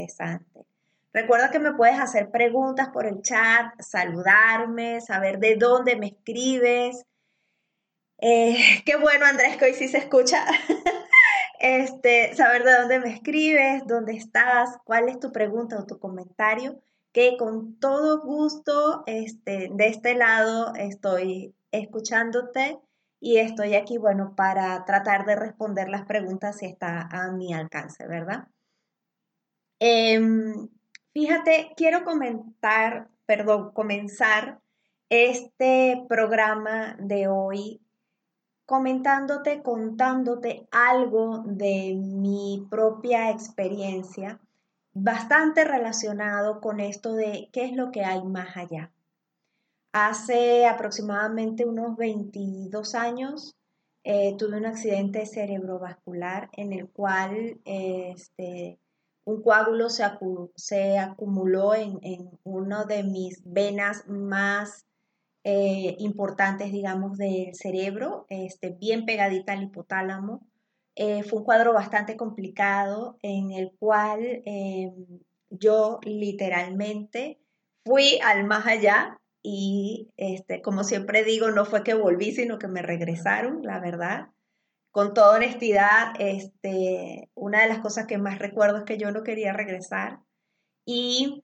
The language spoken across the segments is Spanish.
interesante. Recuerda que me puedes hacer preguntas por el chat, saludarme, saber de dónde me escribes. Qué bueno, Andrés, que hoy sí se escucha. Saber de dónde me escribes, dónde estás, cuál es tu pregunta o tu comentario, que con todo gusto, de este lado estoy escuchándote y estoy aquí, bueno, para tratar de responder las preguntas si está a mi alcance, ¿verdad? Em, Fíjate, quiero comenzar este programa de hoy contándote algo de mi propia experiencia, bastante relacionado con esto de qué es lo que hay más allá. Hace aproximadamente unos 22 años tuve un accidente cerebrovascular en el cual un coágulo se acumuló en una de mis venas más importantes, digamos, del cerebro, bien pegadita al hipotálamo. Fue un cuadro bastante complicado en el cual yo literalmente fui al más allá y, como siempre digo, no fue que volví, sino que me regresaron, la verdad. Con toda honestidad, una de las cosas que más recuerdo es que yo no quería regresar y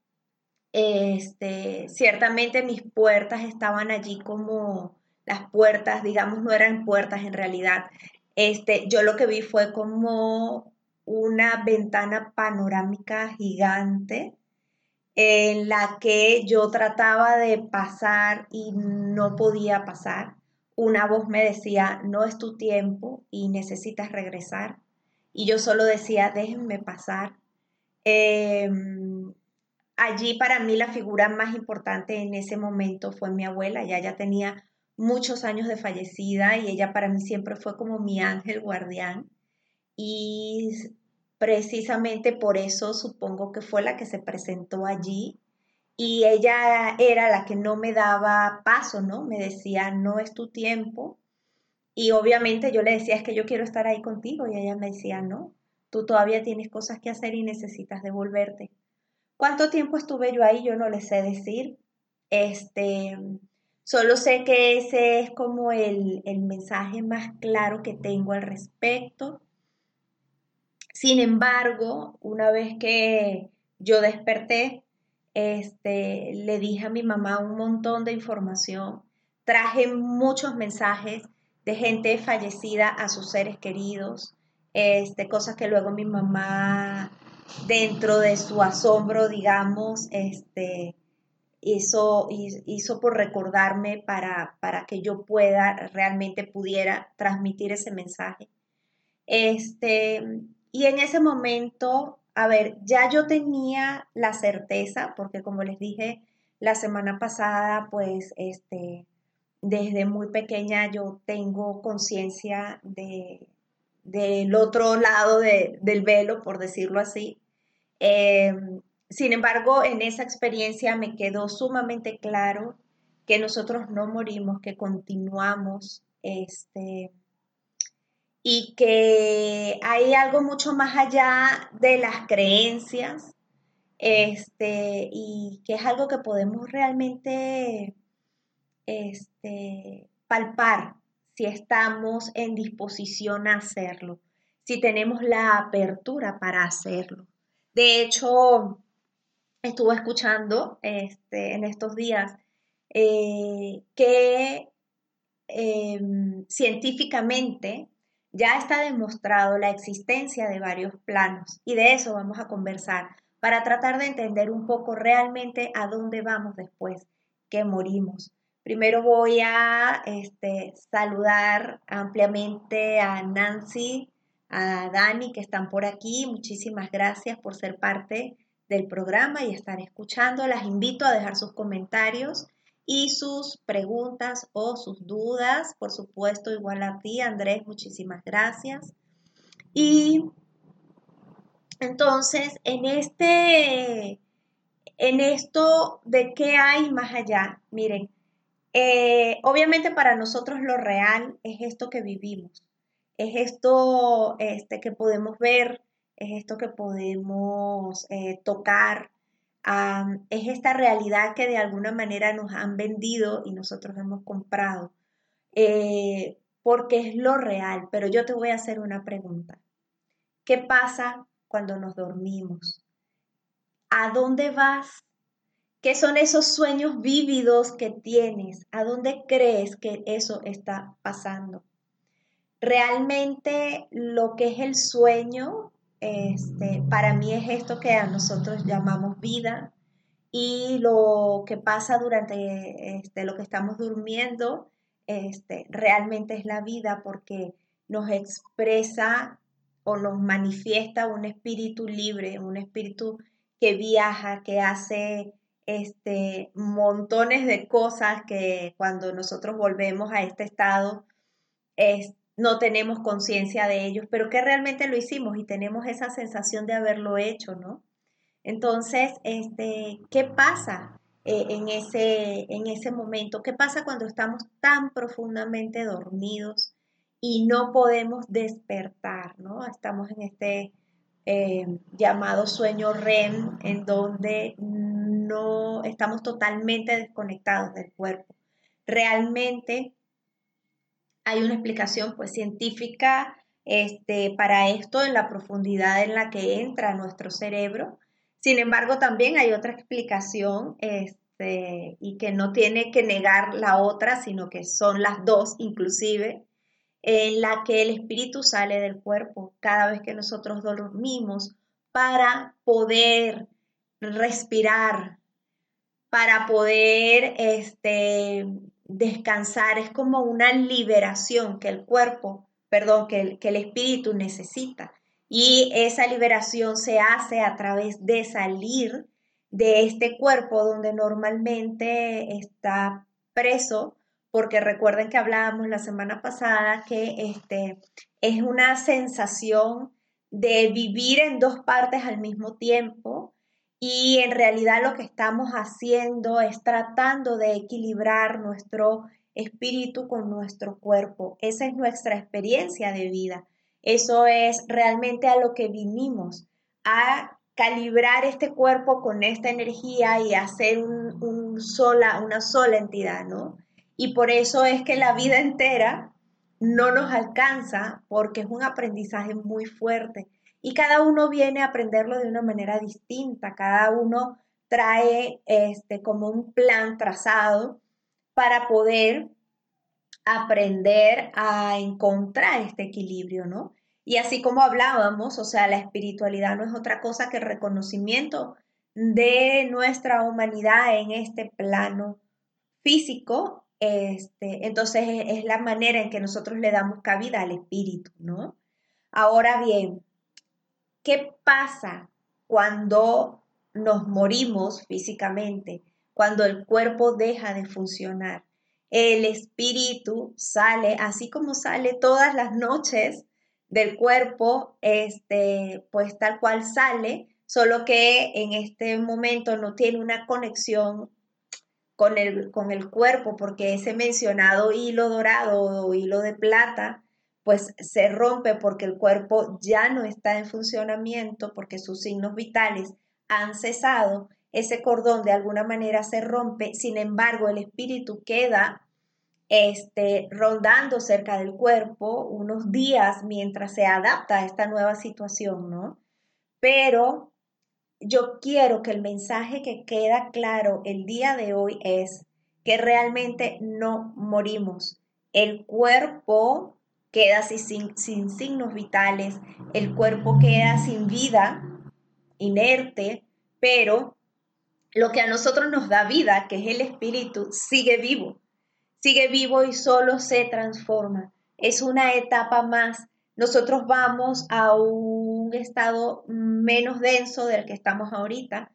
ciertamente mis puertas estaban allí como las puertas, digamos, no eran puertas en realidad. Yo lo que vi fue como una ventana panorámica gigante en la que yo trataba de pasar y no podía pasar. Una voz me decía, no es tu tiempo y necesitas regresar. Y yo solo decía, déjenme pasar. Eh, Allí para mí la figura más importante en ese momento fue mi abuela. Ya tenía muchos años de fallecida y ella para mí siempre fue como mi ángel guardián. Y precisamente por eso supongo que fue la que se presentó allí y ella era la que no me daba paso, ¿no? Me decía, no es tu tiempo. Y obviamente yo le decía, es que yo quiero estar ahí contigo. Y ella me decía, no, tú todavía tienes cosas que hacer y necesitas devolverte. ¿Cuánto tiempo estuve yo ahí? Yo no le sé decir. Este, Solo sé que ese es como el mensaje más claro que tengo al respecto. Sin embargo, una vez que yo desperté, le dije a mi mamá un montón de información, traje muchos mensajes de gente fallecida a sus seres queridos, cosas que luego mi mamá, dentro de su asombro, digamos, hizo por recordarme para que yo realmente pudiera transmitir ese mensaje. Este, y en ese momento, a ver, ya yo tenía la certeza, porque como les dije la semana pasada, pues desde muy pequeña yo tengo conciencia del otro lado del velo, por decirlo así. Eh, Sin embargo, en esa experiencia me quedó sumamente claro que nosotros no morimos, que continuamos, y que hay algo mucho más allá de las creencias, y que es algo que podemos realmente palpar si estamos en disposición a hacerlo, si tenemos la apertura para hacerlo. De hecho, estuve escuchando en estos días que científicamente ya está demostrado la existencia de varios planos y de eso vamos a conversar para tratar de entender un poco realmente a dónde vamos después que morimos. Primero voy a saludar ampliamente a Nancy, a Dani que están por aquí. Muchísimas gracias por ser parte del programa y estar escuchando. Las invito a dejar sus comentarios y sus preguntas o sus dudas. Por supuesto, igual a ti, Andrés, muchísimas gracias. Y entonces, en esto de qué hay más allá, miren, obviamente para nosotros lo real es esto que vivimos, es esto que podemos ver, es esto que podemos tocar, es esta realidad que de alguna manera nos han vendido y nosotros hemos comprado, porque es lo real. Pero yo te voy a hacer una pregunta. ¿Qué pasa cuando nos dormimos? ¿A dónde vas? ¿Qué son esos sueños vívidos que tienes? ¿A dónde crees que eso está pasando? Realmente lo que es el sueño, para mí es esto que a nosotros llamamos vida, y lo que pasa durante lo que estamos durmiendo, realmente es la vida, porque nos expresa o nos manifiesta un espíritu libre, un espíritu que viaja, que hace montones de cosas que cuando nosotros volvemos a este estado no tenemos conciencia de ellos, pero que realmente lo hicimos y tenemos esa sensación de haberlo hecho, ¿no? Entonces, ¿qué pasa en ese momento? ¿Qué pasa cuando estamos tan profundamente dormidos y no podemos despertar, ¿no? Estamos en llamado sueño REM, en donde no estamos totalmente desconectados del cuerpo. Realmente hay una explicación pues científica para esto en la profundidad en la que entra nuestro cerebro. Sin embargo, también hay otra explicación y que no tiene que negar la otra, sino que son las dos inclusive, en la que el espíritu sale del cuerpo cada vez que nosotros dormimos para poder respirar, para poder descansar. Es como una liberación que el cuerpo, perdón, que el espíritu necesita. Y esa liberación se hace a través de salir de este cuerpo donde normalmente está preso, porque recuerden que hablábamos la semana pasada que es una sensación de vivir en dos partes al mismo tiempo, y en realidad lo que estamos haciendo es tratando de equilibrar nuestro espíritu con nuestro cuerpo. Esa es nuestra experiencia de vida. Eso es realmente a lo que vinimos, a calibrar este cuerpo con esta energía y hacer una sola entidad, ¿no? Y por eso es que la vida entera no nos alcanza, porque es un aprendizaje muy fuerte y cada uno viene a aprenderlo de una manera distinta. Cada uno trae como un plan trazado para poder aprender a encontrar este equilibrio, ¿no? Y así como hablábamos, o sea, la espiritualidad no es otra cosa que el reconocimiento de nuestra humanidad en este plano físico. Entonces es la manera en que nosotros le damos cabida al espíritu, ¿no? Ahora bien, ¿qué pasa cuando nos morimos físicamente? Cuando el cuerpo deja de funcionar. El espíritu sale, así como sale todas las noches del cuerpo, pues tal cual sale, solo que en este momento no tiene una conexión con el cuerpo, porque ese mencionado hilo dorado o hilo de plata pues se rompe, porque el cuerpo ya no está en funcionamiento, porque sus signos vitales han cesado. Ese cordón de alguna manera se rompe. Sin embargo, el espíritu queda rondando cerca del cuerpo unos días mientras se adapta a esta nueva situación, ¿no? Pero yo quiero que el mensaje que queda claro el día de hoy es que realmente no morimos. El cuerpo queda sin signos vitales, el cuerpo queda sin vida, inerte, pero lo que a nosotros nos da vida, que es el espíritu, sigue vivo y solo se transforma. Es una etapa más. Nosotros vamos a un estado menos denso del que estamos ahorita.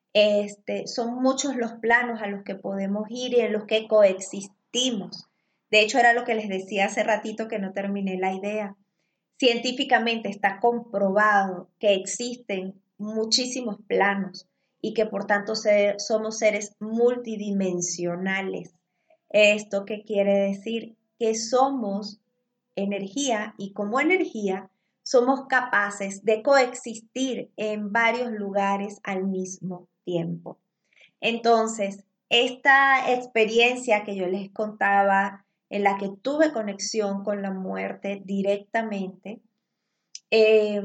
Son muchos los planos a los que podemos ir y en los que coexistimos. De hecho, era lo que les decía hace ratito que no terminé la idea. Científicamente está comprobado que existen muchísimos planos y que por tanto somos seres multidimensionales. ¿Esto qué quiere decir? Que somos energía, y como energía somos capaces de coexistir en varios lugares al mismo tiempo. Entonces, esta experiencia que yo les contaba, en la que tuve conexión con la muerte directamente, eh,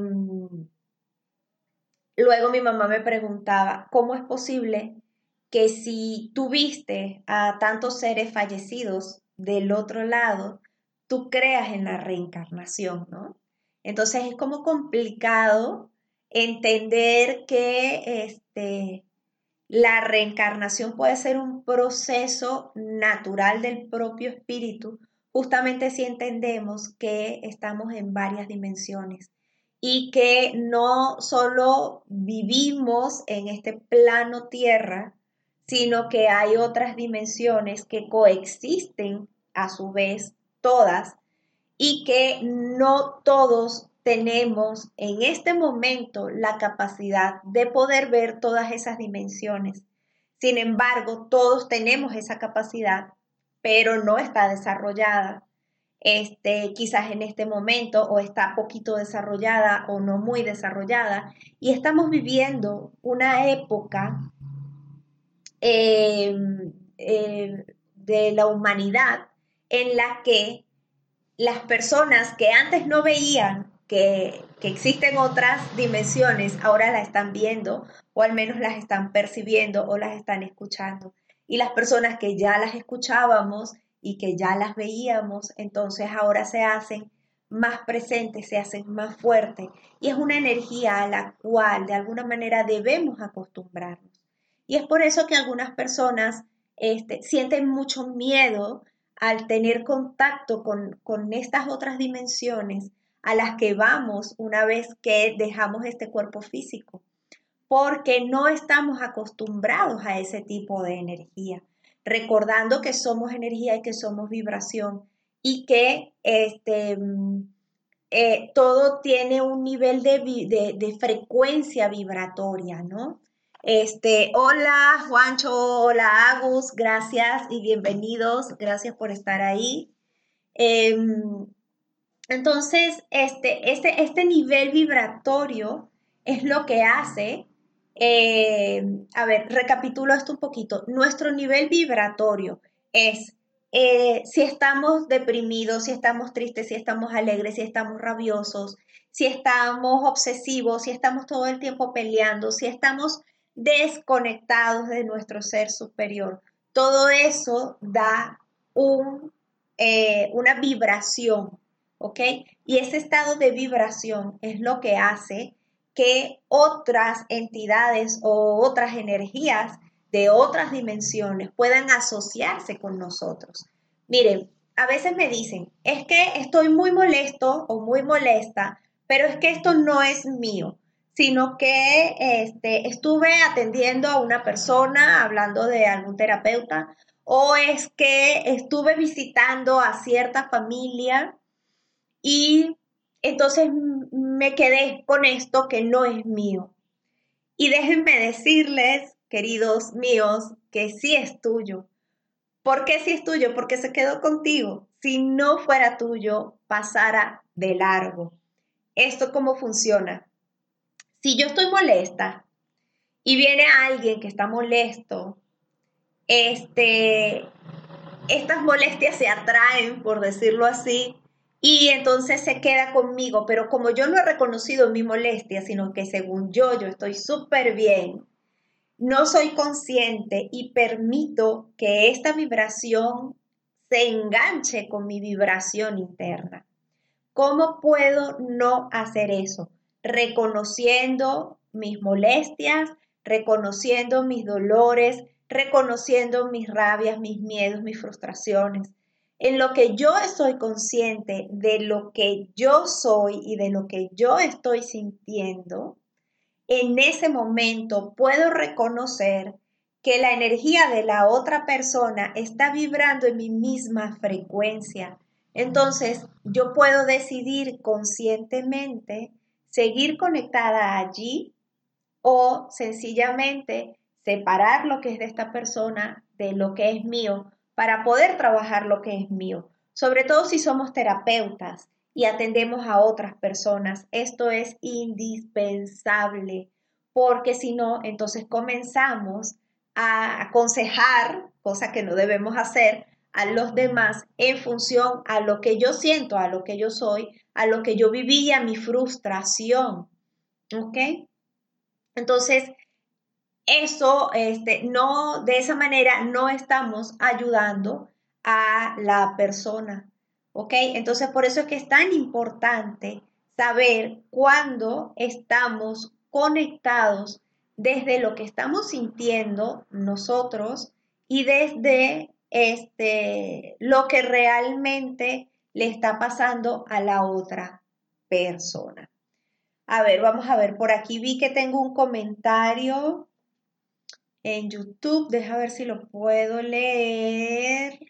luego mi mamá me preguntaba, ¿cómo es posible que si tuviste a tantos seres fallecidos del otro lado, tú creas en la reencarnación, ¿no? Entonces es como complicado entender que la reencarnación puede ser un proceso natural del propio espíritu, justamente si entendemos que estamos en varias dimensiones y que no solo vivimos en este plano tierra, sino que hay otras dimensiones que coexisten a su vez todas y que no todos tenemos en este momento la capacidad de poder ver todas esas dimensiones. Sin embargo, todos tenemos esa capacidad, pero no está desarrollada. Quizás en este momento o está poquito desarrollada o no muy desarrollada y estamos viviendo una época eh, de la humanidad en la que las personas que antes no veían que existen otras dimensiones, ahora las están viendo o al menos las están percibiendo o las están escuchando. Y las personas que ya las escuchábamos y que ya las veíamos, entonces ahora se hacen más presentes, se hacen más fuertes. Y es una energía a la cual de alguna manera debemos acostumbrarnos. Y es por eso que algunas personas sienten mucho miedo al tener contacto con estas otras dimensiones a las que vamos una vez que dejamos este cuerpo físico, porque no estamos acostumbrados a ese tipo de energía, recordando que somos energía y que somos vibración y que todo tiene un nivel de frecuencia vibratoria, ¿no? Hola Juancho, hola Agus, gracias y bienvenidos, gracias por estar ahí. Eh, entonces, este nivel vibratorio es lo que hace, a ver, recapitulo esto un poquito, nuestro nivel vibratorio es si estamos deprimidos, si estamos tristes, si estamos alegres, si estamos rabiosos, si estamos obsesivos, si estamos todo el tiempo peleando, si estamos desconectados de nuestro ser superior. Todo eso da una vibración, ¿ok? Y ese estado de vibración es lo que hace que otras entidades o otras energías de otras dimensiones puedan asociarse con nosotros. Miren, a veces me dicen, es que estoy muy molesto o muy molesta, pero es que esto no es mío, sino que estuve atendiendo a una persona, hablando de algún terapeuta, o es que estuve visitando a cierta familia y entonces me quedé con esto que no es mío. Y déjenme decirles, queridos míos, que sí es tuyo. ¿Por qué sí es tuyo? Porque se quedó contigo. Si no fuera tuyo, pasara de largo. ¿Esto cómo funciona? Si yo estoy molesta y viene alguien que está molesto, estas molestias se atraen, por decirlo así, y entonces se queda conmigo, pero como yo no he reconocido mi molestia, sino que según yo estoy súper bien, no soy consciente y permito que esta vibración se enganche con mi vibración interna. ¿Cómo puedo no hacer eso? Reconociendo mis molestias, reconociendo mis dolores, reconociendo mis rabias, mis miedos, mis frustraciones. En lo que yo estoy consciente de lo que yo soy y de lo que yo estoy sintiendo, en ese momento puedo reconocer que la energía de la otra persona está vibrando en mi misma frecuencia. Entonces, yo puedo decidir conscientemente seguir conectada allí o sencillamente separar lo que es de esta persona de lo que es mío para poder trabajar lo que es mío. Sobre todo si somos terapeutas y atendemos a otras personas. Esto es indispensable, porque si no, entonces comenzamos a aconsejar, cosa que no debemos hacer, a los demás en función a lo que yo siento, a lo que yo soy, a lo que yo vivía, mi frustración. ¿Ok? Entonces, eso, no, de esa manera no estamos ayudando a la persona, ¿ok? Entonces, por eso es que es tan importante saber cuándo estamos conectados desde lo que estamos sintiendo nosotros y desde lo que realmente le está pasando a la otra persona. A ver, vamos a ver, por aquí vi que tengo un comentario en YouTube, deja ver si lo puedo leer.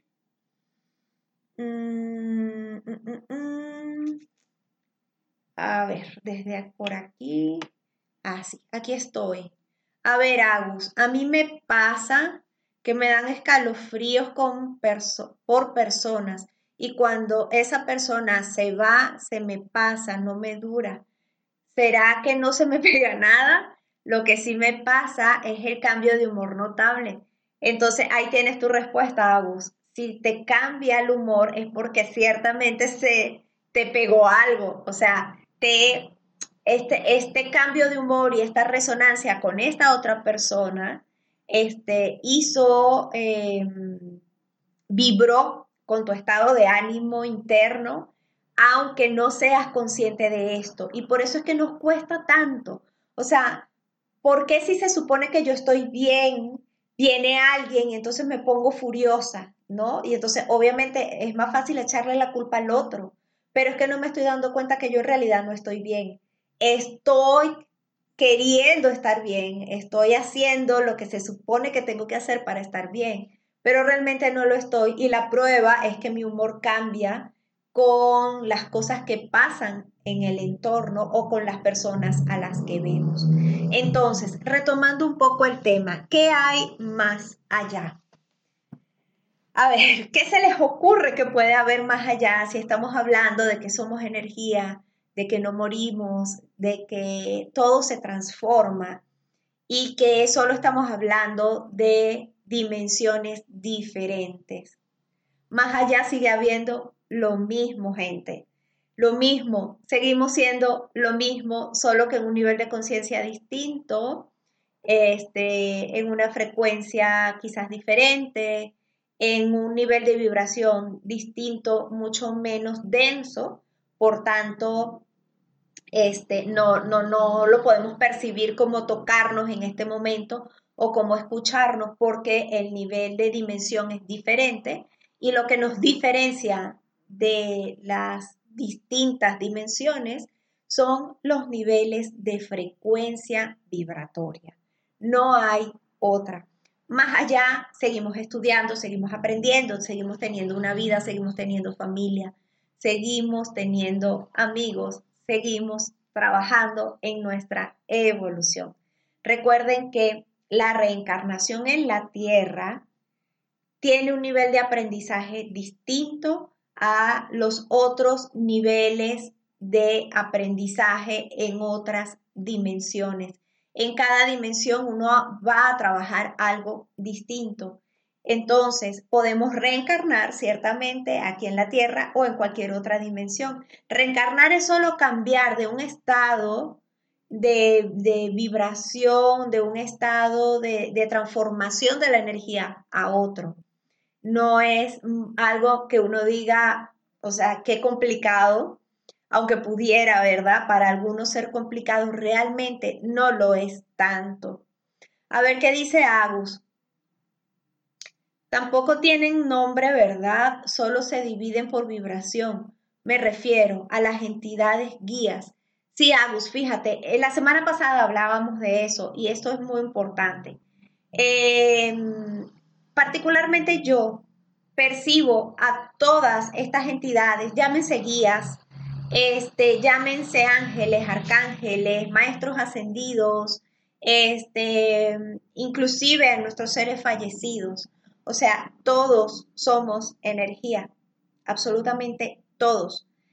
Mm, mm, mm, mm. A ver, desde por aquí. Ah, sí, aquí estoy. A ver, Agus, a mí me pasa que me dan escalofríos por personas y cuando esa persona se va, se me pasa, no me dura. ¿Será que no se me pega nada? Lo que sí me pasa es el cambio de humor notable. Entonces ahí tienes tu respuesta, Agus. Si te cambia el humor es porque ciertamente se te pegó algo. O sea, este cambio de humor y esta resonancia con esta otra persona hizo, vibró con tu estado de ánimo interno, aunque no seas consciente de esto. Y por eso es que nos cuesta tanto. O sea, ¿por qué si se supone que yo estoy bien, viene alguien y entonces me pongo furiosa, ¿no? Y entonces obviamente es más fácil echarle la culpa al otro, pero es que no me estoy dando cuenta que yo en realidad no estoy bien. Estoy queriendo estar bien, estoy haciendo lo que se supone que tengo que hacer para estar bien, pero realmente no lo estoy y la prueba es que mi humor cambia con las cosas que pasan en el entorno o con las personas a las que vemos. Entonces, retomando un poco el tema, ¿qué hay más allá? A ver, ¿qué se les ocurre que puede haber más allá si estamos hablando de que somos energía, de que no morimos, de que todo se transforma y que solo estamos hablando de dimensiones diferentes? Más allá sigue habiendo lo mismo, gente. Lo mismo, seguimos siendo lo mismo, solo que en un nivel de conciencia distinto, en una frecuencia quizás diferente, en un nivel de vibración distinto, mucho menos denso, por tanto, no lo podemos percibir como tocarnos en este momento o como escucharnos porque el nivel de dimensión es diferente y lo que nos diferencia de las distintas dimensiones son los niveles de frecuencia vibratoria. No hay otra. Más allá, seguimos estudiando, seguimos aprendiendo, seguimos teniendo una vida, seguimos teniendo familia, seguimos teniendo amigos, seguimos trabajando en nuestra evolución. Recuerden que la reencarnación en la Tierra tiene un nivel de aprendizaje distinto a los otros niveles de aprendizaje en otras dimensiones. En cada dimensión uno va a trabajar algo distinto. Entonces, podemos reencarnar ciertamente aquí en la Tierra o en cualquier otra dimensión. Reencarnar es solo cambiar de un estado de vibración, de un estado de transformación de la energía a otro. No es algo que uno diga, o sea, qué complicado, aunque pudiera, ¿verdad? Para algunos ser complicado, realmente no lo es tanto. A ver qué dice Agus. Tampoco tienen nombre, ¿verdad? Solo se dividen por vibración. Me refiero a las entidades guías. Sí, Agus, fíjate, la semana pasada hablábamos de eso y esto es muy importante. Eh, Particularmente yo percibo a todas estas entidades, llámense guías, llámense ángeles, arcángeles, maestros ascendidos, inclusive a nuestros seres fallecidos. O sea, todos somos energía, absolutamente todos.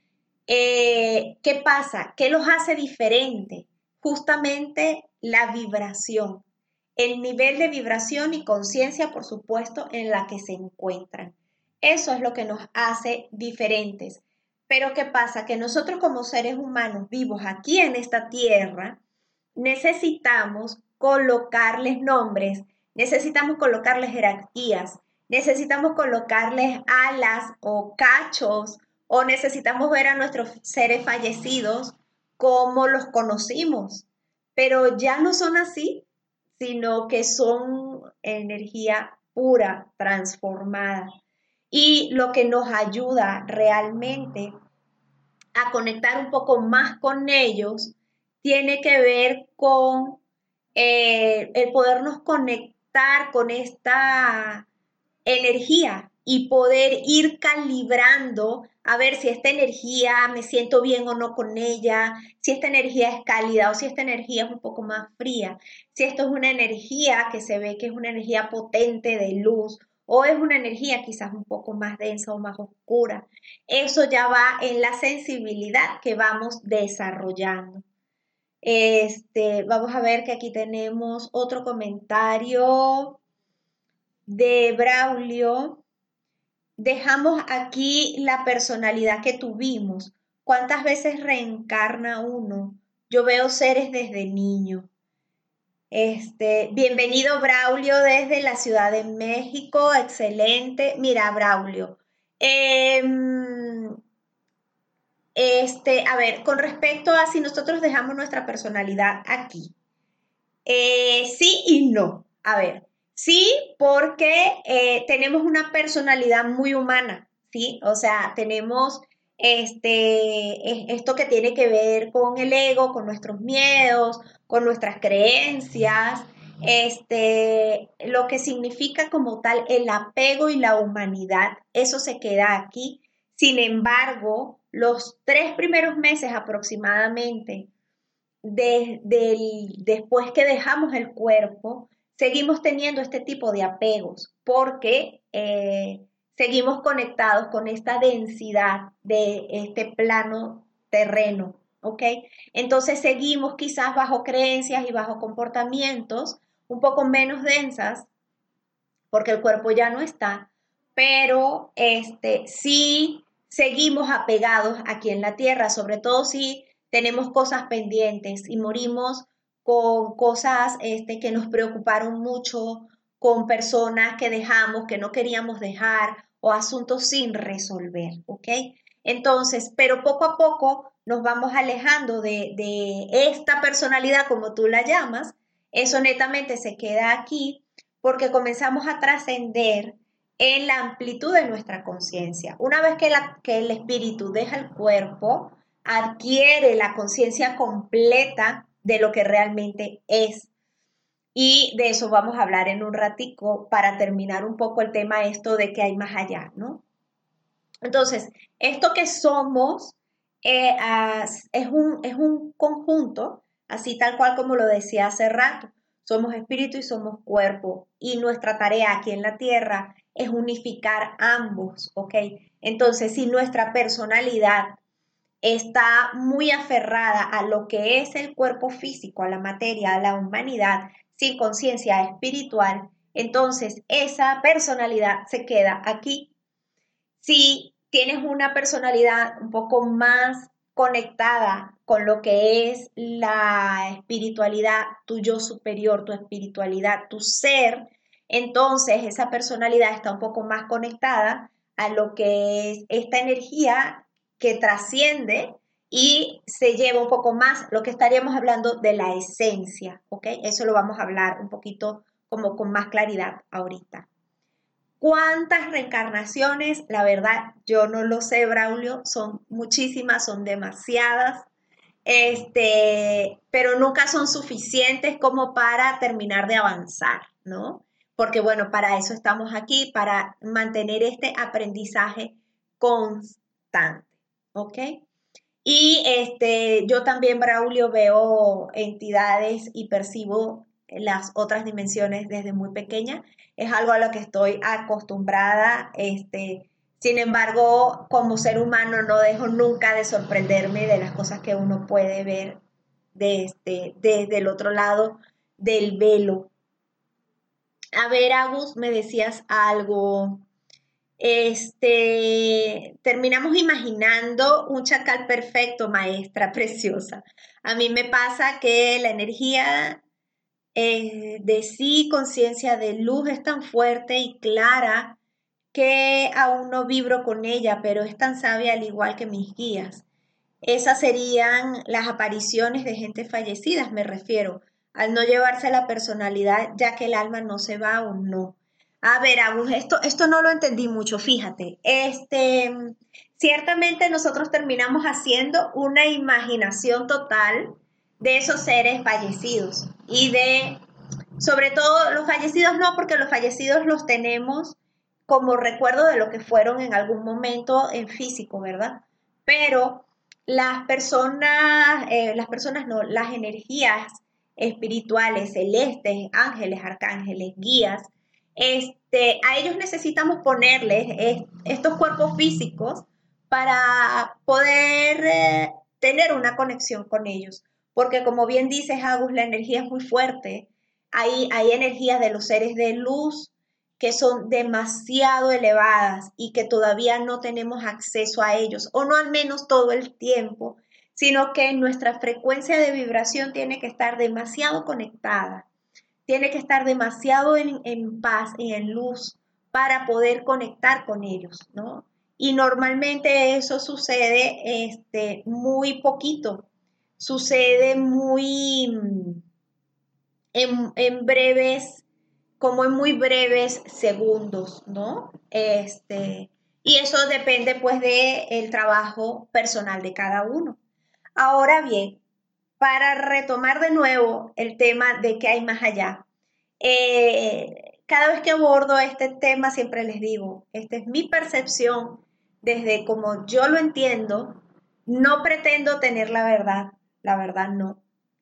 ¿Qué pasa? ¿Qué los hace diferentes? Justamente la vibración, el nivel de vibración y conciencia, por supuesto, en la que se encuentran. Eso es lo que nos hace diferentes. Pero ¿qué pasa? Que nosotros como seres humanos vivos aquí en esta tierra, necesitamos colocarles nombres, necesitamos colocarles jerarquías, necesitamos colocarles alas o cachos o necesitamos ver a nuestros seres fallecidos como los conocimos, pero ya no son así, sino que son energía pura, transformada. Y lo que nos ayuda realmente a conectar un poco más con ellos tiene que ver con el podernos conectar con esta energía y poder ir calibrando a ver si esta energía me siento bien o no con ella, si esta energía es cálida o si esta energía es un poco más fría, si esto es una energía que se ve que es una energía potente de luz o es una energía quizás un poco más densa o más oscura. Eso ya va en la sensibilidad que vamos desarrollando. Vamos a ver que aquí tenemos otro comentario de Braulio. Dejamos aquí la personalidad que tuvimos. ¿Cuántas veces reencarna uno? Yo veo seres desde niño. Bienvenido Braulio desde la Ciudad de México, excelente. Mira, Braulio, em, a ver, con respecto a si nosotros dejamos nuestra personalidad aquí, sí y no. A ver, sí, porque tenemos una personalidad muy humana, ¿sí? O sea, tenemos esto que tiene que ver con el ego, con nuestros miedos, con nuestras creencias, lo que significa como tal el apego y la humanidad, eso se queda aquí. Sin embargo, los 3 primeros meses aproximadamente después que dejamos el cuerpo, seguimos teniendo este tipo de apegos porque seguimos conectados con esta densidad de este plano terreno, ¿ok? Entonces seguimos quizás bajo creencias y bajo comportamientos un poco menos densas porque el cuerpo ya no está, pero sí seguimos apegados aquí en la tierra, sobre todo si tenemos cosas pendientes y morimos con cosas que nos preocuparon mucho, con personas que dejamos, que no queríamos dejar o asuntos sin resolver, ¿ok? Entonces, pero poco a poco nos vamos alejando de esta personalidad, como tú la llamas, eso netamente se queda aquí porque comenzamos a trascender en la amplitud de nuestra conciencia. Una vez que el espíritu deja el cuerpo, adquiere la conciencia completa de lo que realmente es. Y de eso vamos a hablar en un ratico para terminar un poco el tema esto de que hay más allá, ¿no? Entonces, esto que somos es un conjunto, así tal cual como lo decía hace rato. Somos espíritu y somos cuerpo. Y nuestra tarea aquí en la tierra es unificar ambos, ¿ok? Entonces, si nuestra personalidad está muy aferrada a lo que es el cuerpo físico, a la materia, a la humanidad, sin conciencia espiritual, entonces esa personalidad se queda aquí. Si tienes una personalidad un poco más conectada con lo que es la espiritualidad, tu yo superior, tu espiritualidad, tu ser, entonces esa personalidad está un poco más conectada a lo que es esta energía que trasciende y se lleva un poco más lo que estaríamos hablando de la esencia, ¿ok? Eso lo vamos a hablar un poquito como con más claridad ahorita. ¿Cuántas reencarnaciones? La verdad, yo no lo sé, Braulio, son muchísimas, son demasiadas, pero nunca son suficientes como para terminar de avanzar, ¿no? Porque bueno, para eso estamos aquí, para mantener este aprendizaje constante, ¿ok? Y yo también, Braulio, veo entidades y percibo las otras dimensiones desde muy pequeña. Es algo a lo que estoy acostumbrada. Sin embargo, como ser humano no dejo nunca de sorprenderme de las cosas que uno puede ver desde el otro lado del velo. A ver, Agus, me decías algo. Terminamos imaginando un chacal perfecto, maestra preciosa. A mí me pasa que la energía de sí, conciencia de luz es tan fuerte y clara que aún no vibro con ella, pero es tan sabia al igual que mis guías. Esas serían las apariciones de gente fallecida, me refiero, al no llevarse la personalidad, ya que el alma no se va o no. A ver, Agus, esto no lo entendí mucho, fíjate. Ciertamente nosotros terminamos haciendo una imaginación total de esos seres fallecidos y sobre todo los fallecidos no, porque los fallecidos los tenemos como recuerdo de lo que fueron en algún momento en físico, ¿verdad? Pero las personas no, las energías espirituales, celestes, ángeles, arcángeles, guías, a ellos necesitamos ponerles estos cuerpos físicos para poder tener una conexión con ellos. Porque como bien dices, Agus, la energía es muy fuerte. Hay energías de los seres de luz que son demasiado elevadas y que todavía no tenemos acceso a ellos, o no al menos todo el tiempo, sino que nuestra frecuencia de vibración tiene que estar demasiado conectada, tiene que estar demasiado en paz y en luz para poder conectar con ellos, ¿no? Y normalmente eso sucede muy poquito, sucede muy en breves, como en muy breves segundos, ¿no? Y eso depende pues del trabajo personal de cada uno. Ahora bien, para retomar de nuevo el tema de qué hay más allá, cada vez que abordo este tema siempre les digo, esta es mi percepción desde como yo lo entiendo, no pretendo tener la verdad no.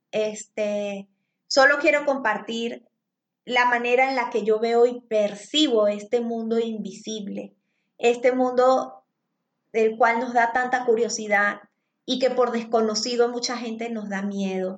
Solo quiero compartir la manera en la que yo veo y percibo este mundo invisible, este mundo del cual nos da tanta curiosidad y que por desconocido mucha gente nos da miedo.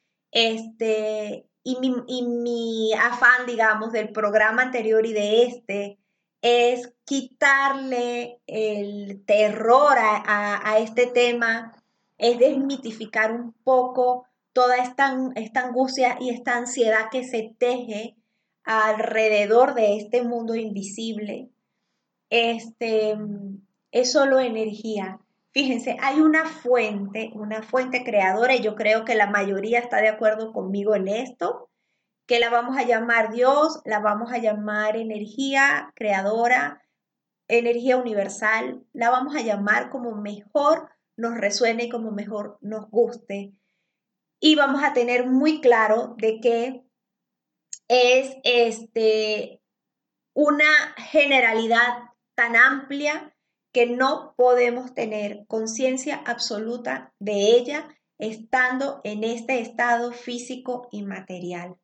Y mi afán, digamos, del programa anterior y de es quitarle el terror a este tema, es desmitificar un poco toda esta angustia y esta ansiedad que se teje alrededor de este mundo invisible. Este, es solo energía. Fíjense, hay una fuente creadora, y yo creo que la mayoría está de acuerdo conmigo en esto, que la vamos a llamar Dios, la vamos a llamar energía creadora, energía universal, la vamos a llamar como mejor nos resuene y como mejor nos guste. Y vamos a tener muy claro de que es una generalidad tan amplia que no podemos tener conciencia absoluta de ella estando en este estado físico y material.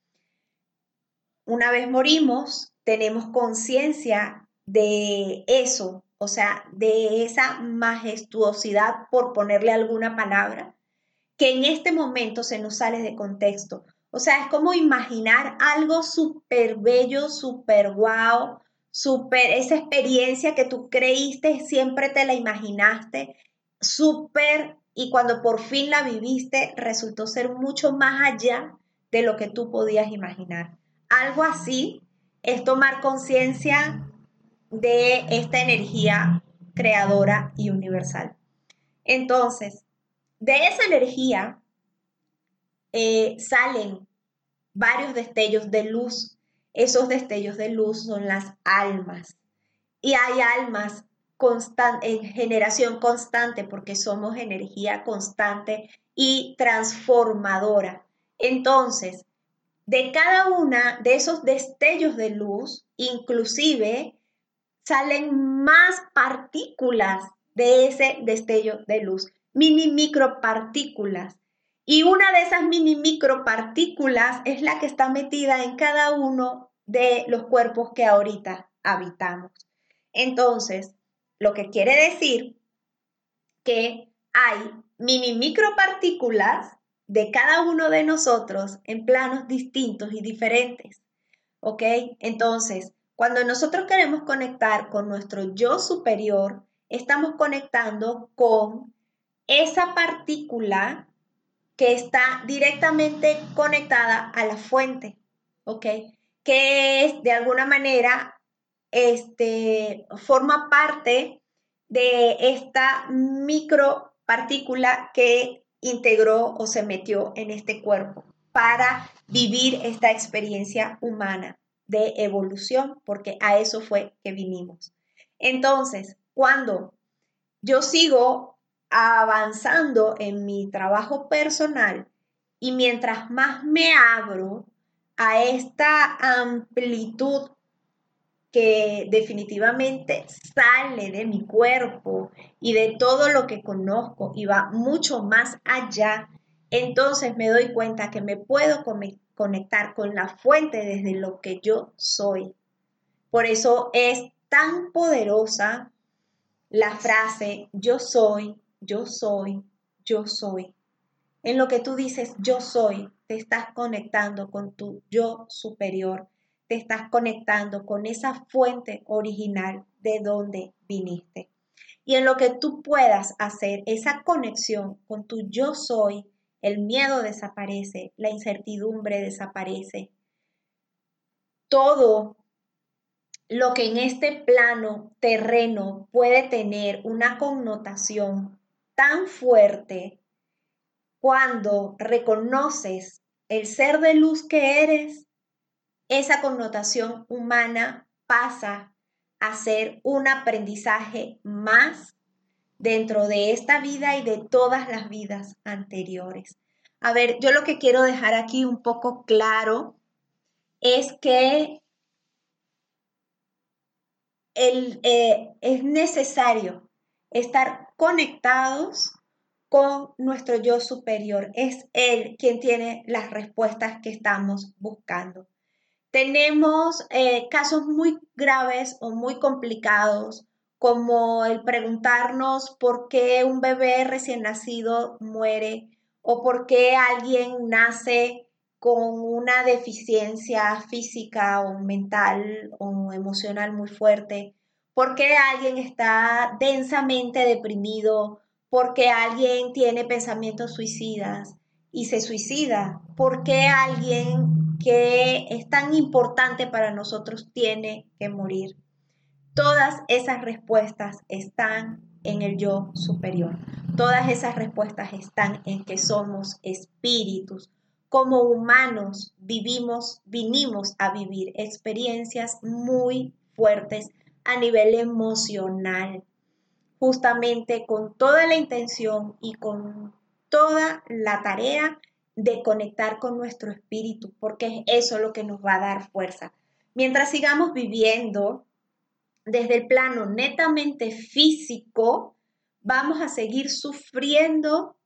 Una vez morimos, tenemos conciencia de eso, o sea, de esa majestuosidad, por ponerle alguna palabra, que en este momento se nos sale de contexto. O sea, es como imaginar algo súper bello, súper guau, súper, esa experiencia que tú creíste, siempre te la imaginaste, súper, y cuando por fin la viviste, resultó ser mucho más allá de lo que tú podías imaginar. Algo así es tomar conciencia de esta energía creadora y universal. Entonces, de esa energía salen varios destellos de luz. Esos destellos de luz son las almas. Y hay almas en generación constante porque somos energía constante y transformadora. Entonces, de cada una de esos destellos de luz, inclusive salen más partículas de ese destello de luz, mini micropartículas. Y una de esas mini micropartículas es la que está metida en cada uno de los cuerpos que ahorita habitamos. Entonces, lo que quiere decir que hay mini micropartículas de cada uno de nosotros en planos distintos y diferentes, ¿ok? Entonces, cuando nosotros queremos conectar con nuestro yo superior, estamos conectando con esa partícula que está directamente conectada a la fuente, ¿ok? Que es de alguna manera, forma parte de esta micropartícula que integró o se metió en este cuerpo para vivir esta experiencia humana de evolución, porque a eso fue que vinimos. Entonces, cuando yo sigo avanzando en mi trabajo personal y mientras más me abro a esta amplitud que definitivamente sale de mi cuerpo y de todo lo que conozco y va mucho más allá, entonces me doy cuenta que me puedo conectar con la fuente desde lo que yo soy. Por eso es tan poderosa la frase yo soy, yo soy, yo soy. En lo que tú dices yo soy, te estás conectando con tu yo superior, te estás conectando con esa fuente original de donde viniste. Y en lo que tú puedas hacer esa conexión con tu yo soy, el miedo desaparece, la incertidumbre desaparece. Todo lo que en este plano terreno puede tener una connotación tan fuerte cuando reconoces el ser de luz que eres, esa connotación humana pasa a ser un aprendizaje más dentro de esta vida y de todas las vidas anteriores. A ver, yo lo que quiero dejar aquí un poco claro es que es necesario estar conectados con nuestro yo superior. Es él quien tiene las respuestas que estamos buscando. Tenemos casos muy graves o muy complicados, como el preguntarnos por qué un bebé recién nacido muere o por qué alguien nace con una deficiencia física o mental o emocional muy fuerte, por qué alguien está densamente deprimido, por qué alguien tiene pensamientos suicidas y se suicida, por qué alguien que es tan importante para nosotros tiene que morir. Todas esas respuestas están en el yo superior. Todas esas respuestas están en que somos espíritus. Como humanos vinimos a vivir experiencias muy fuertes a nivel emocional, justamente con toda la intención y con toda la tarea de conectar con nuestro espíritu, porque es eso lo que nos va a dar fuerza. Mientras sigamos viviendo desde el plano netamente físico, vamos a seguir sufriendo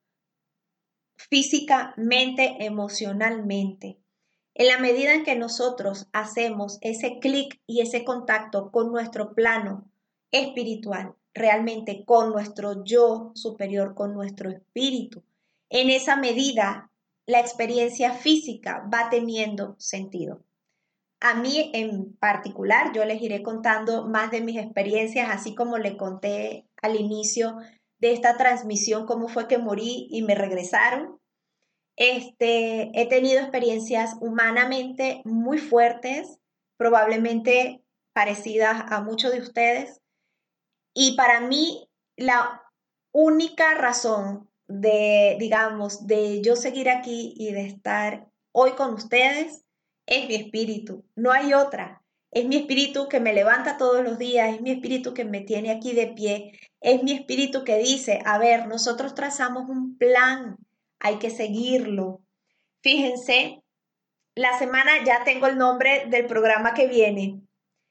físicamente, emocionalmente. En la medida en que nosotros hacemos ese clic y ese contacto con nuestro plano espiritual, realmente con nuestro yo superior, con nuestro espíritu, en esa medida la experiencia física va teniendo sentido. A mí en particular, yo les iré contando más de mis experiencias, así como le conté al inicio de esta transmisión cómo fue que morí y me regresaron. He tenido experiencias humanamente muy fuertes, probablemente parecidas a muchos de ustedes. Y para mí, la única razón de, digamos, de yo seguir aquí y de estar hoy con ustedes es mi espíritu. No hay otra. Es mi espíritu que me levanta todos los días, es mi espíritu que me tiene aquí de pie, es mi espíritu que dice, a ver, nosotros trazamos un plan, hay que seguirlo. Fíjense, la semana ya tengo el nombre del programa que viene.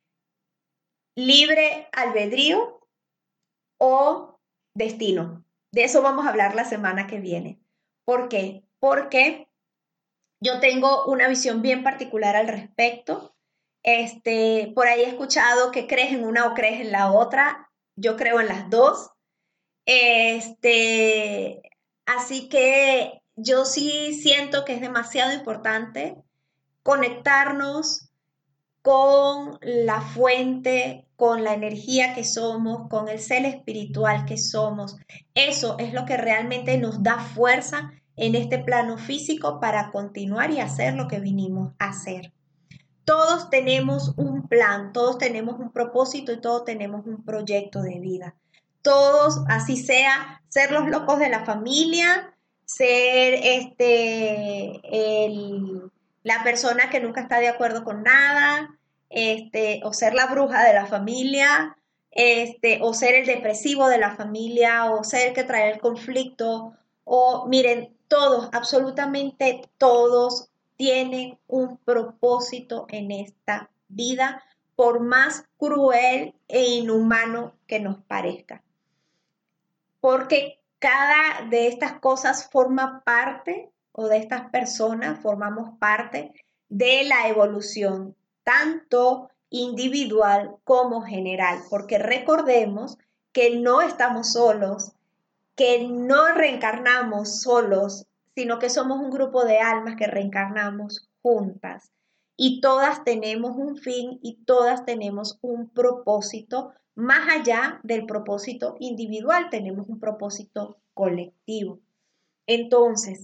Libre albedrío o destino. De eso vamos a hablar la semana que viene. ¿Por qué? Porque yo tengo una visión bien particular al respecto. Por ahí he escuchado que crees en una o crees en la otra. yo creo en las dos. Este, así que yo sí siento que es demasiado importante conectarnos con la fuente, con la energía que somos, con el ser espiritual que somos. Eso es lo que realmente nos da fuerza en este plano físico para continuar y hacer lo que vinimos a hacer. Todos tenemos un plan, todos tenemos un propósito y todos tenemos un proyecto de vida. Todos, así sea, ser los locos de la familia, ser la persona que nunca está de acuerdo con nada, o ser la bruja de la familia, o ser el depresivo de la familia, o ser el que trae el conflicto, o miren, todos, absolutamente todos tienen un propósito en esta vida, por más cruel e inhumano que nos parezca. Porque cada de estas cosas forma parte, o de estas personas formamos parte de la evolución, tanto individual como general. Porque recordemos que no estamos solos, que no reencarnamos solos, sino que somos un grupo de almas que reencarnamos juntas. Y todas tenemos un fin y todas tenemos un propósito, más allá del propósito individual, tenemos un propósito colectivo. Entonces,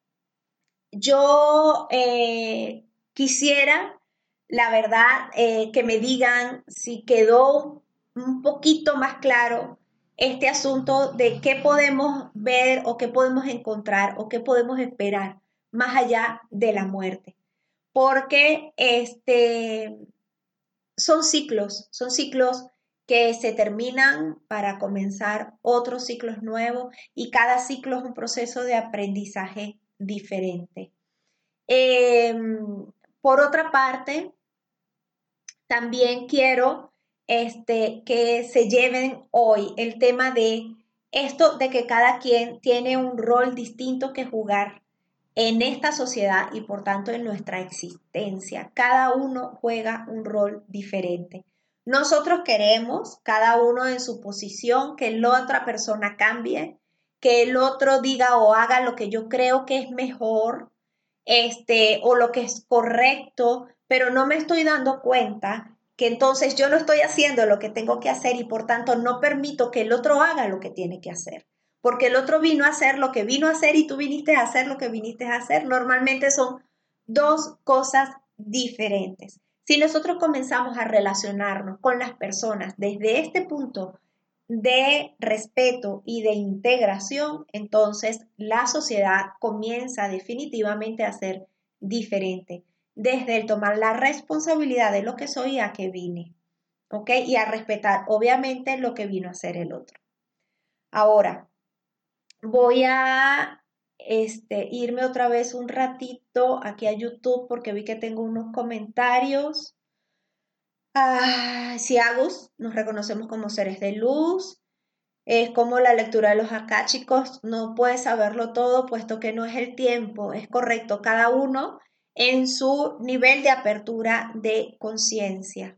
yo quisiera, la verdad, que me digan si quedó un poquito más claro este asunto de qué podemos ver o qué podemos encontrar o qué podemos esperar más allá de la muerte. Porque son ciclos que se terminan para comenzar otros ciclos nuevos y cada ciclo es un proceso de aprendizaje diferente. Eh, por otra parte, también quiero que se lleven hoy el tema de esto de que cada quien tiene un rol distinto que jugar en esta sociedad y por tanto en nuestra existencia. Cada uno juega un rol diferente. Nosotros queremos, cada uno en su posición, que la otra persona cambie, que el otro diga o haga lo que yo creo que es mejor, o lo que es correcto, pero no me estoy dando cuenta que entonces yo no estoy haciendo lo que tengo que hacer y por tanto no permito que el otro haga lo que tiene que hacer. Porque el otro vino a hacer lo que vino a hacer y tú viniste a hacer lo que viniste a hacer. Normalmente son dos cosas diferentes. Si nosotros comenzamos a relacionarnos con las personas desde este punto de respeto y de integración, entonces la sociedad comienza definitivamente a ser diferente, desde el tomar la responsabilidad de lo que soy a que vine, ¿ok? Y a respetar, obviamente, lo que vino a ser el otro. Ahora, voy a irme otra vez un ratito aquí a YouTube porque vi que tengo unos comentarios. Si Agus, nos reconocemos como seres de luz. Es como la lectura de los akáshicos, no puedes saberlo todo, puesto que no es el tiempo, es correcto, cada uno en su nivel de apertura de conciencia.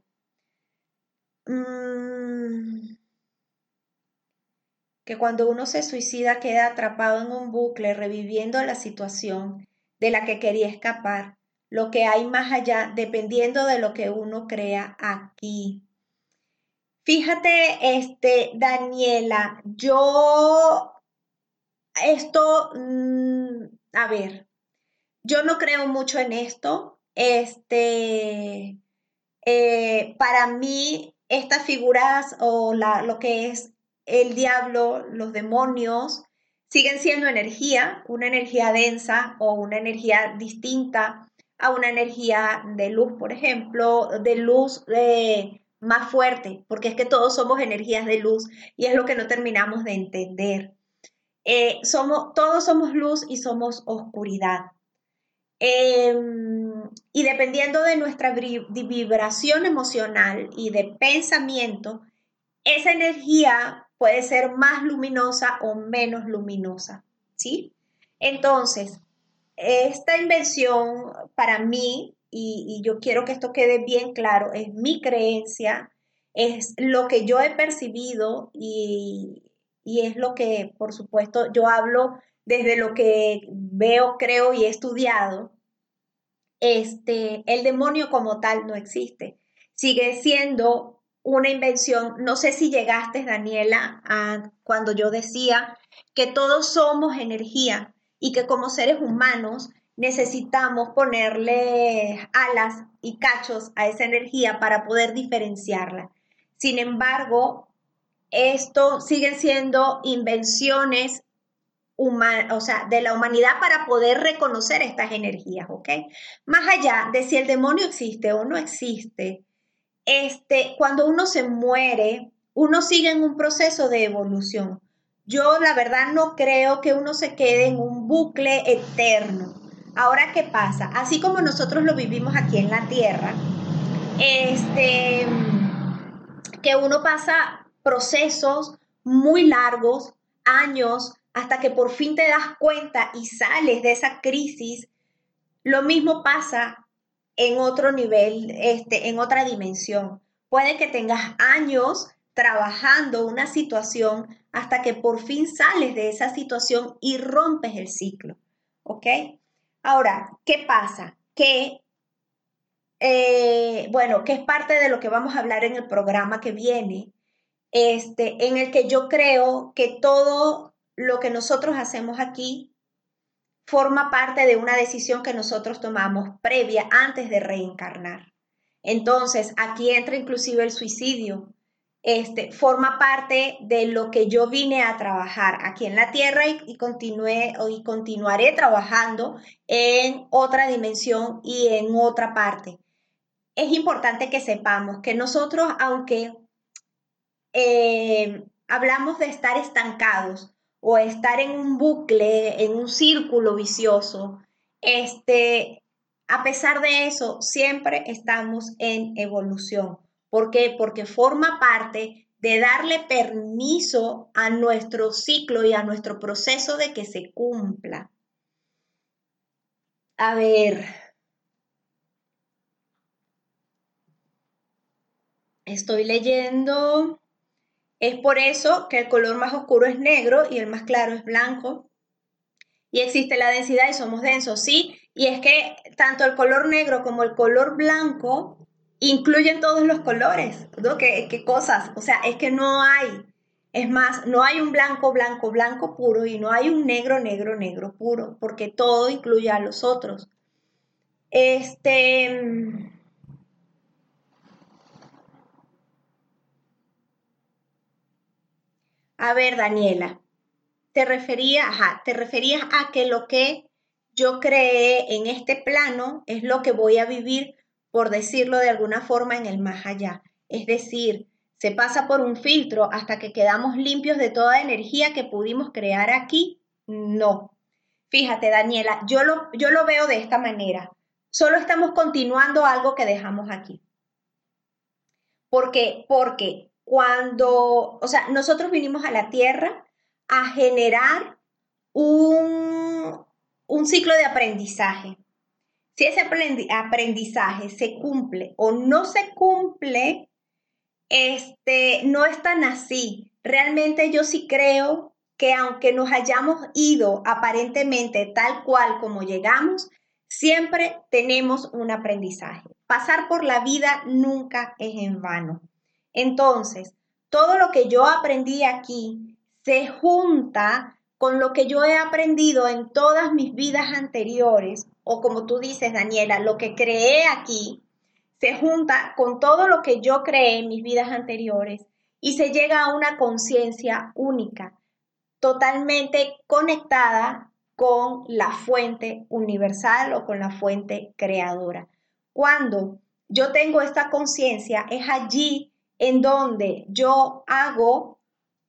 Que cuando uno se suicida queda atrapado en un bucle, reviviendo la situación de la que quería escapar, lo que hay más allá, dependiendo de lo que uno crea aquí. Fíjate, Daniela, esto, a ver, yo no creo mucho en esto. Para mí, estas figuras o lo que es el diablo, los demonios, siguen siendo energía, una energía densa o una energía distinta a una energía de luz, por ejemplo, de luz más fuerte, porque es que todos somos energías de luz y es lo que no terminamos de entender. Todos somos luz y somos oscuridad. Y dependiendo de nuestra vibración emocional y de pensamiento, esa energía puede ser más luminosa o menos luminosa, ¿sí? Entonces, esta invención para mí, y yo quiero que esto quede bien claro, es mi creencia, es lo que yo he percibido y es lo que, por supuesto, yo hablo desde lo que veo, creo y he estudiado. El demonio como tal no existe. Sigue siendo una invención. No sé si llegaste, Daniela, a cuando yo decía que todos somos energía y que como seres humanos necesitamos ponerle alas y cachos a esa energía para poder diferenciarla. Sin embargo, esto siguen siendo invenciones o sea, de la humanidad para poder reconocer estas energías, ¿ok? Más allá de si el demonio existe o no existe, cuando uno se muere, uno sigue en un proceso de evolución. Yo la verdad no creo que uno se quede en un bucle eterno. Ahora, ¿qué pasa? Así como nosotros lo vivimos aquí en la Tierra, que uno pasa procesos muy largos, años, hasta que por fin te das cuenta y sales de esa crisis. Lo mismo pasa en otro nivel, en otra dimensión. Puede que tengas años trabajando una situación hasta que por fin sales de esa situación y rompes el ciclo. ¿Ok? Ahora, ¿qué pasa? Bueno, que es parte de lo que vamos a hablar en el programa que viene, en el que yo creo que todo lo que nosotros hacemos aquí forma parte de una decisión que nosotros tomamos previa antes de reencarnar. Entonces, aquí entra inclusive el suicidio. Forma parte de lo que yo vine a trabajar aquí en la Tierra y continuaré trabajando en otra dimensión y en otra parte. Es importante que sepamos que nosotros, aunque hablamos de estar estancados o estar en un bucle, en un círculo vicioso, a pesar de eso, siempre estamos en evolución. ¿Por qué? Porque forma parte de darle permiso a nuestro ciclo y a nuestro proceso de que se cumpla. A ver, estoy leyendo. Es por eso que el color más oscuro es negro y el más claro es blanco. Y existe la densidad y somos densos, sí. Y es que tanto el color negro como el color blanco incluyen todos los colores, ¿no? ¿Qué cosas? O sea, es que no hay. Es más, no hay un blanco, blanco, blanco puro y no hay un negro, negro, negro puro, porque todo incluye a los otros. Este, a ver, Daniela. Te referías a que lo que yo creé en este plano es lo que voy a vivir, por decirlo de alguna forma, en el más allá. Es decir, se pasa por un filtro hasta que quedamos limpios de toda energía que pudimos crear aquí. No. Fíjate, Daniela, yo lo veo de esta manera. Solo estamos continuando algo que dejamos aquí. ¿Por qué? Porque o sea, nosotros vinimos a la Tierra a generar un ciclo de aprendizaje. Si ese aprendizaje se cumple o no se cumple, no es tan así. Realmente yo sí creo que aunque nos hayamos ido aparentemente tal cual como llegamos, siempre tenemos un aprendizaje. Pasar por la vida nunca es en vano. Entonces, todo lo que yo aprendí aquí se junta con lo que yo he aprendido en todas mis vidas anteriores, o como tú dices, Daniela, lo que creé aquí se junta con todo lo que yo creé en mis vidas anteriores y se llega a una conciencia única, totalmente conectada con la fuente universal o con la fuente creadora. Cuando yo tengo esta conciencia, es allí en donde yo hago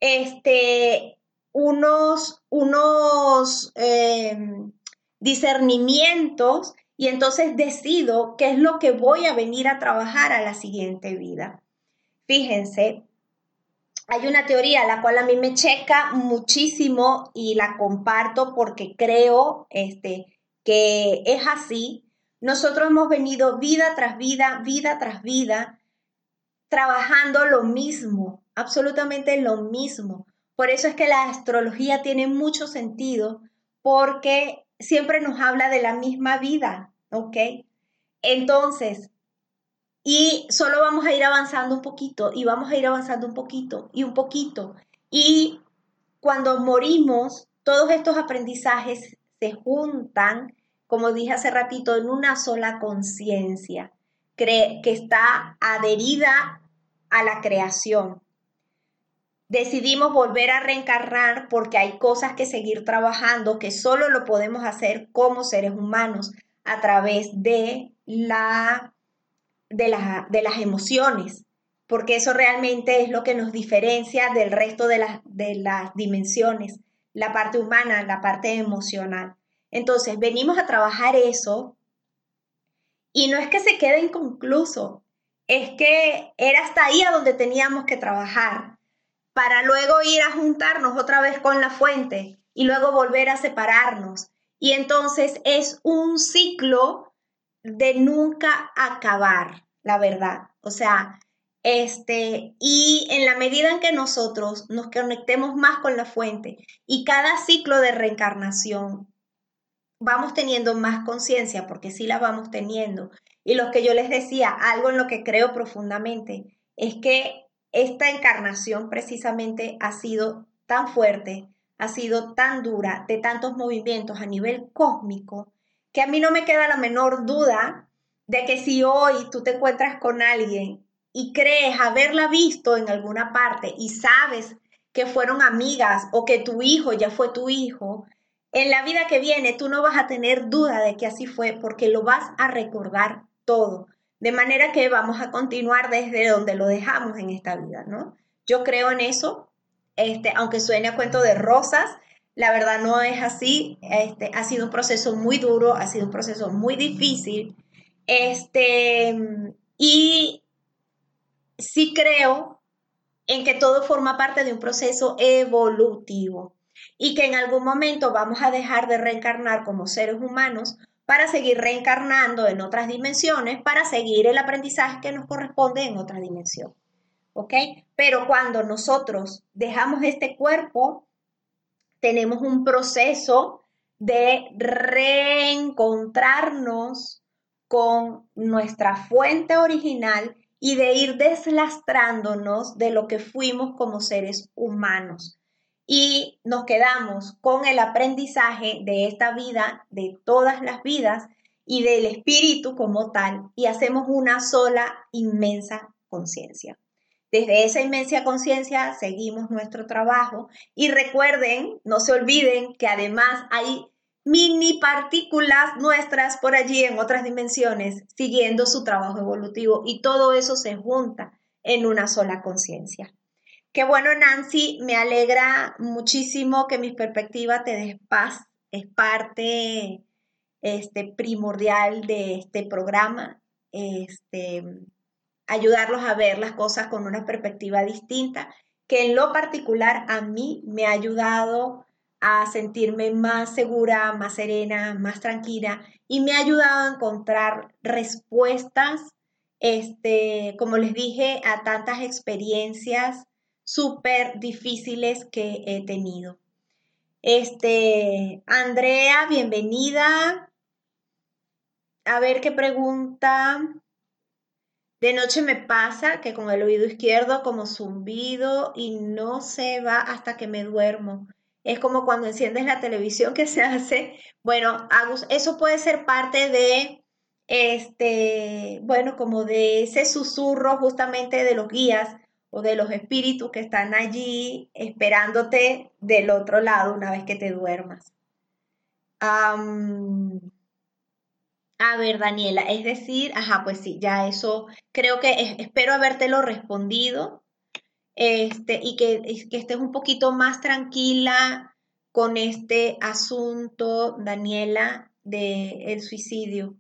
unos discernimientos y entonces decido qué es lo que voy a venir a trabajar a la siguiente vida. Fíjense, hay una teoría la cual a mí me checa muchísimo y la comparto porque creo que es así. Nosotros hemos venido vida tras vida, vida tras vida, trabajando lo mismo, absolutamente lo mismo. Por eso es que la astrología tiene mucho sentido, porque siempre nos habla de la misma vida, ¿ok? Entonces, y solo vamos a ir avanzando un poquito, y vamos a ir avanzando un poquito, y un poquito. Y cuando morimos, todos estos aprendizajes se juntan, como dije hace ratito, en una sola conciencia que está adherida a la creación. Decidimos volver a reencarnar porque hay cosas que seguir trabajando que solo lo podemos hacer como seres humanos a través de las emociones, porque eso realmente es lo que nos diferencia del resto de las dimensiones, la parte humana, la parte emocional. Entonces, venimos a trabajar eso y no es que se quede inconcluso, es que era hasta ahí a donde teníamos que trabajar para luego ir a juntarnos otra vez con la fuente y luego volver a separarnos. Y entonces es un ciclo de nunca acabar, la verdad. O sea, y en la medida en que nosotros nos conectemos más con la fuente y cada ciclo de reencarnación vamos teniendo más conciencia, porque sí la vamos teniendo. Y lo que yo les decía, algo en lo que creo profundamente, es que esta encarnación precisamente ha sido tan fuerte, ha sido tan dura, de tantos movimientos a nivel cósmico, que a mí no me queda la menor duda de que si hoy tú te encuentras con alguien y crees haberla visto en alguna parte y sabes que fueron amigas o que tu hijo ya fue tu hijo, en la vida que viene tú no vas a tener duda de que así fue porque lo vas a recordar todo. De manera que vamos a continuar desde donde lo dejamos en esta vida, ¿no? Yo creo en eso, aunque suene a cuento de rosas, la verdad no es así. Ha sido un proceso muy duro, ha sido un proceso muy difícil. Y sí creo en que todo forma parte de un proceso evolutivo y que en algún momento vamos a dejar de reencarnar como seres humanos para seguir reencarnando en otras dimensiones, para seguir el aprendizaje que nos corresponde en otra dimensión. ¿Ok? Pero cuando nosotros dejamos este cuerpo, tenemos un proceso de reencontrarnos con nuestra fuente original y de ir deslastrándonos de lo que fuimos como seres humanos. Y nos quedamos con el aprendizaje de esta vida, de todas las vidas y del espíritu como tal, y hacemos una sola inmensa conciencia. Desde esa inmensa conciencia seguimos nuestro trabajo y recuerden, no se olviden que además hay mini partículas nuestras por allí en otras dimensiones siguiendo su trabajo evolutivo y todo eso se junta en una sola conciencia. Qué bueno, Nancy, me alegra muchísimo que mi perspectiva te des paz, es parte primordial de este programa. Este, Ayudarlos a ver las cosas con una perspectiva distinta, que en lo particular a mí me ha ayudado a sentirme más segura, más serena, más tranquila y me ha ayudado a encontrar respuestas, como les dije, a tantas experiencias súper difíciles que he tenido. Andrea, bienvenida. A ver qué pregunta. De noche me pasa que con el oído izquierdo como zumbido y no se va hasta que me duermo. Es como cuando enciendes la televisión que se hace. Bueno, Agus, eso puede ser parte de, bueno, como de ese susurro justamente de los guías o de los espíritus que están allí esperándote del otro lado una vez que te duermas. Am, a ver, Daniela, es decir, ajá, pues sí, ya eso creo que espero habértelo respondido, y que estés un poquito más tranquila con este asunto, Daniela, del suicidio.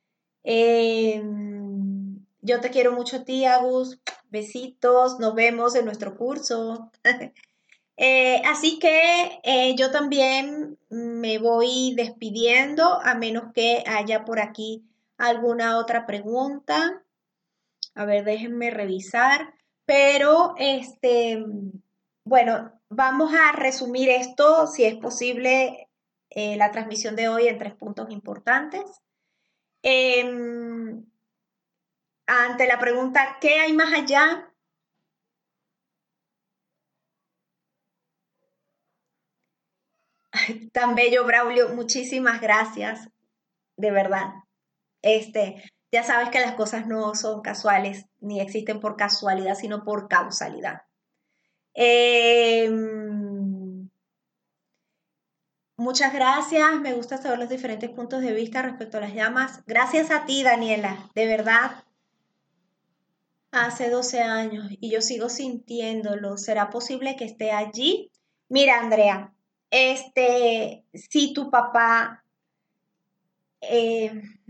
Yo te quiero mucho a ti, Agus. Besitos, nos vemos en nuestro curso. Así que yo también me voy despidiendo, a menos que haya por aquí alguna otra pregunta. A ver, déjenme revisar. Pero, bueno, vamos a resumir esto, si es posible, la transmisión de hoy en 3 puntos importantes. Em, Ante la pregunta, ¿qué hay más allá? Tan bello, Braulio, muchísimas gracias, de verdad. Ya sabes que las cosas no son casuales, ni existen por casualidad, sino por causalidad. Muchas gracias, me gusta saber los diferentes puntos de vista respecto a las llamas. Gracias a ti, Daniela, de verdad, hace 12 años y yo sigo sintiéndolo. ¿Será posible que esté allí? Mira, Andrea, si tu papá, eh,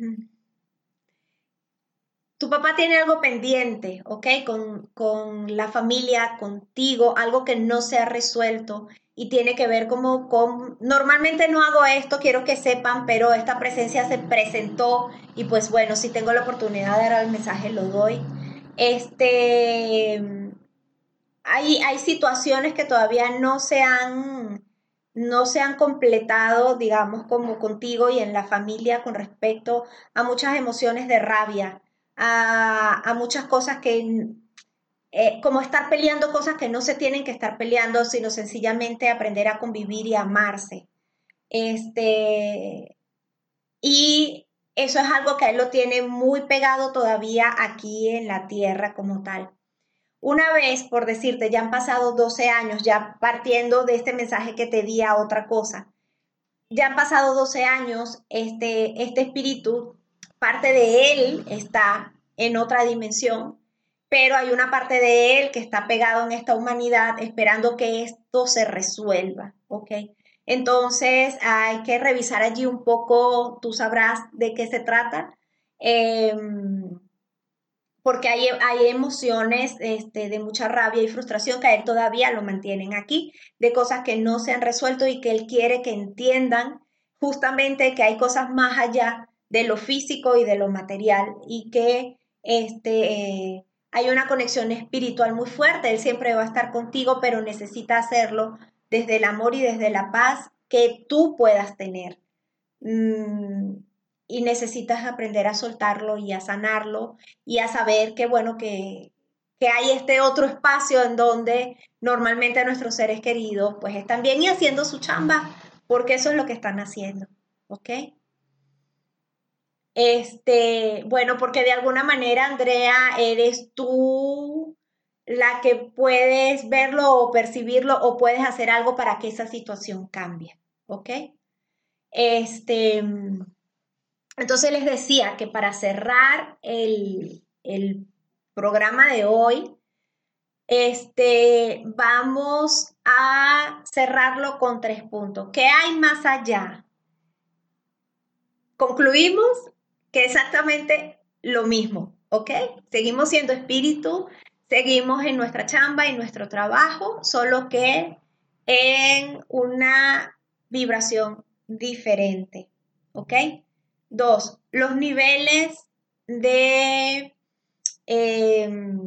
tu papá tiene algo pendiente, ¿ok? Con la familia, contigo, algo que no se ha resuelto y tiene que ver como con, normalmente no hago esto, quiero que sepan, pero esta presencia se presentó y pues bueno, si tengo la oportunidad de dar el mensaje, lo doy. Este, hay situaciones que todavía no se han completado, digamos, como contigo y en la familia con respecto a muchas emociones de rabia, a muchas cosas que, como estar peleando cosas que no se tienen que estar peleando, sino sencillamente aprender a convivir y a amarse. Este, y eso es algo que a él lo tiene muy pegado todavía aquí en la tierra como tal. Una vez, por decirte, ya han pasado 12 años, ya partiendo de este mensaje que te di a otra cosa, ya han pasado 12 años, este espíritu, parte de él está en otra dimensión, pero hay una parte de él que está pegado en esta humanidad esperando que esto se resuelva, ¿ok? Entonces hay que revisar allí un poco, tú sabrás de qué se trata. Porque hay emociones de mucha rabia y frustración que a él todavía lo mantienen aquí, de cosas que no se han resuelto y que él quiere que entiendan justamente que hay cosas más allá de lo físico y de lo material y que hay una conexión espiritual muy fuerte. Él siempre va a estar contigo, pero necesita hacerlo desde el amor y desde la paz que tú puedas tener. Mm, y necesitas aprender a soltarlo y a sanarlo y a saber que, bueno, que hay este otro espacio en donde normalmente nuestros seres queridos pues están bien y haciendo su chamba, porque eso es lo que están haciendo, ¿ok? Bueno, porque de alguna manera, Andrea, eres tú la que puedes verlo o percibirlo o puedes hacer algo para que esa situación cambie, ¿ok? Este, entonces les decía que para cerrar el programa de hoy, vamos a cerrarlo con 3 puntos. ¿Qué hay más allá? Concluimos que exactamente lo mismo, ¿ok? Seguimos siendo espíritu, seguimos en nuestra chamba, en nuestro trabajo, solo que en una vibración diferente, ¿ok? 2, los niveles de, em,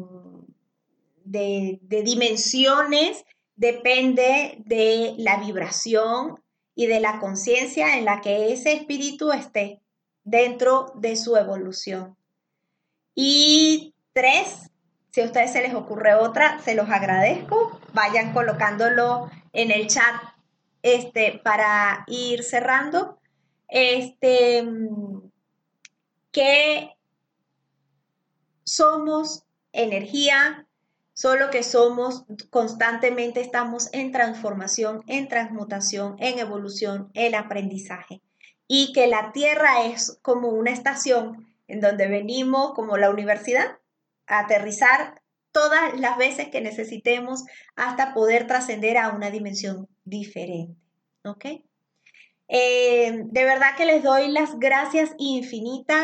de dimensiones depende de la vibración y de la conciencia en la que ese espíritu esté dentro de su evolución. Y 3, si a ustedes se les ocurre otra, se los agradezco. Vayan colocándolo en el chat para ir cerrando. Que somos energía, solo que somos, constantemente estamos en transformación, en transmutación, en evolución, en aprendizaje. Y que la Tierra es como una estación en donde venimos, como la universidad, a aterrizar todas las veces que necesitemos hasta poder trascender a una dimensión diferente. ¿Ok? De verdad que les doy las gracias infinitas.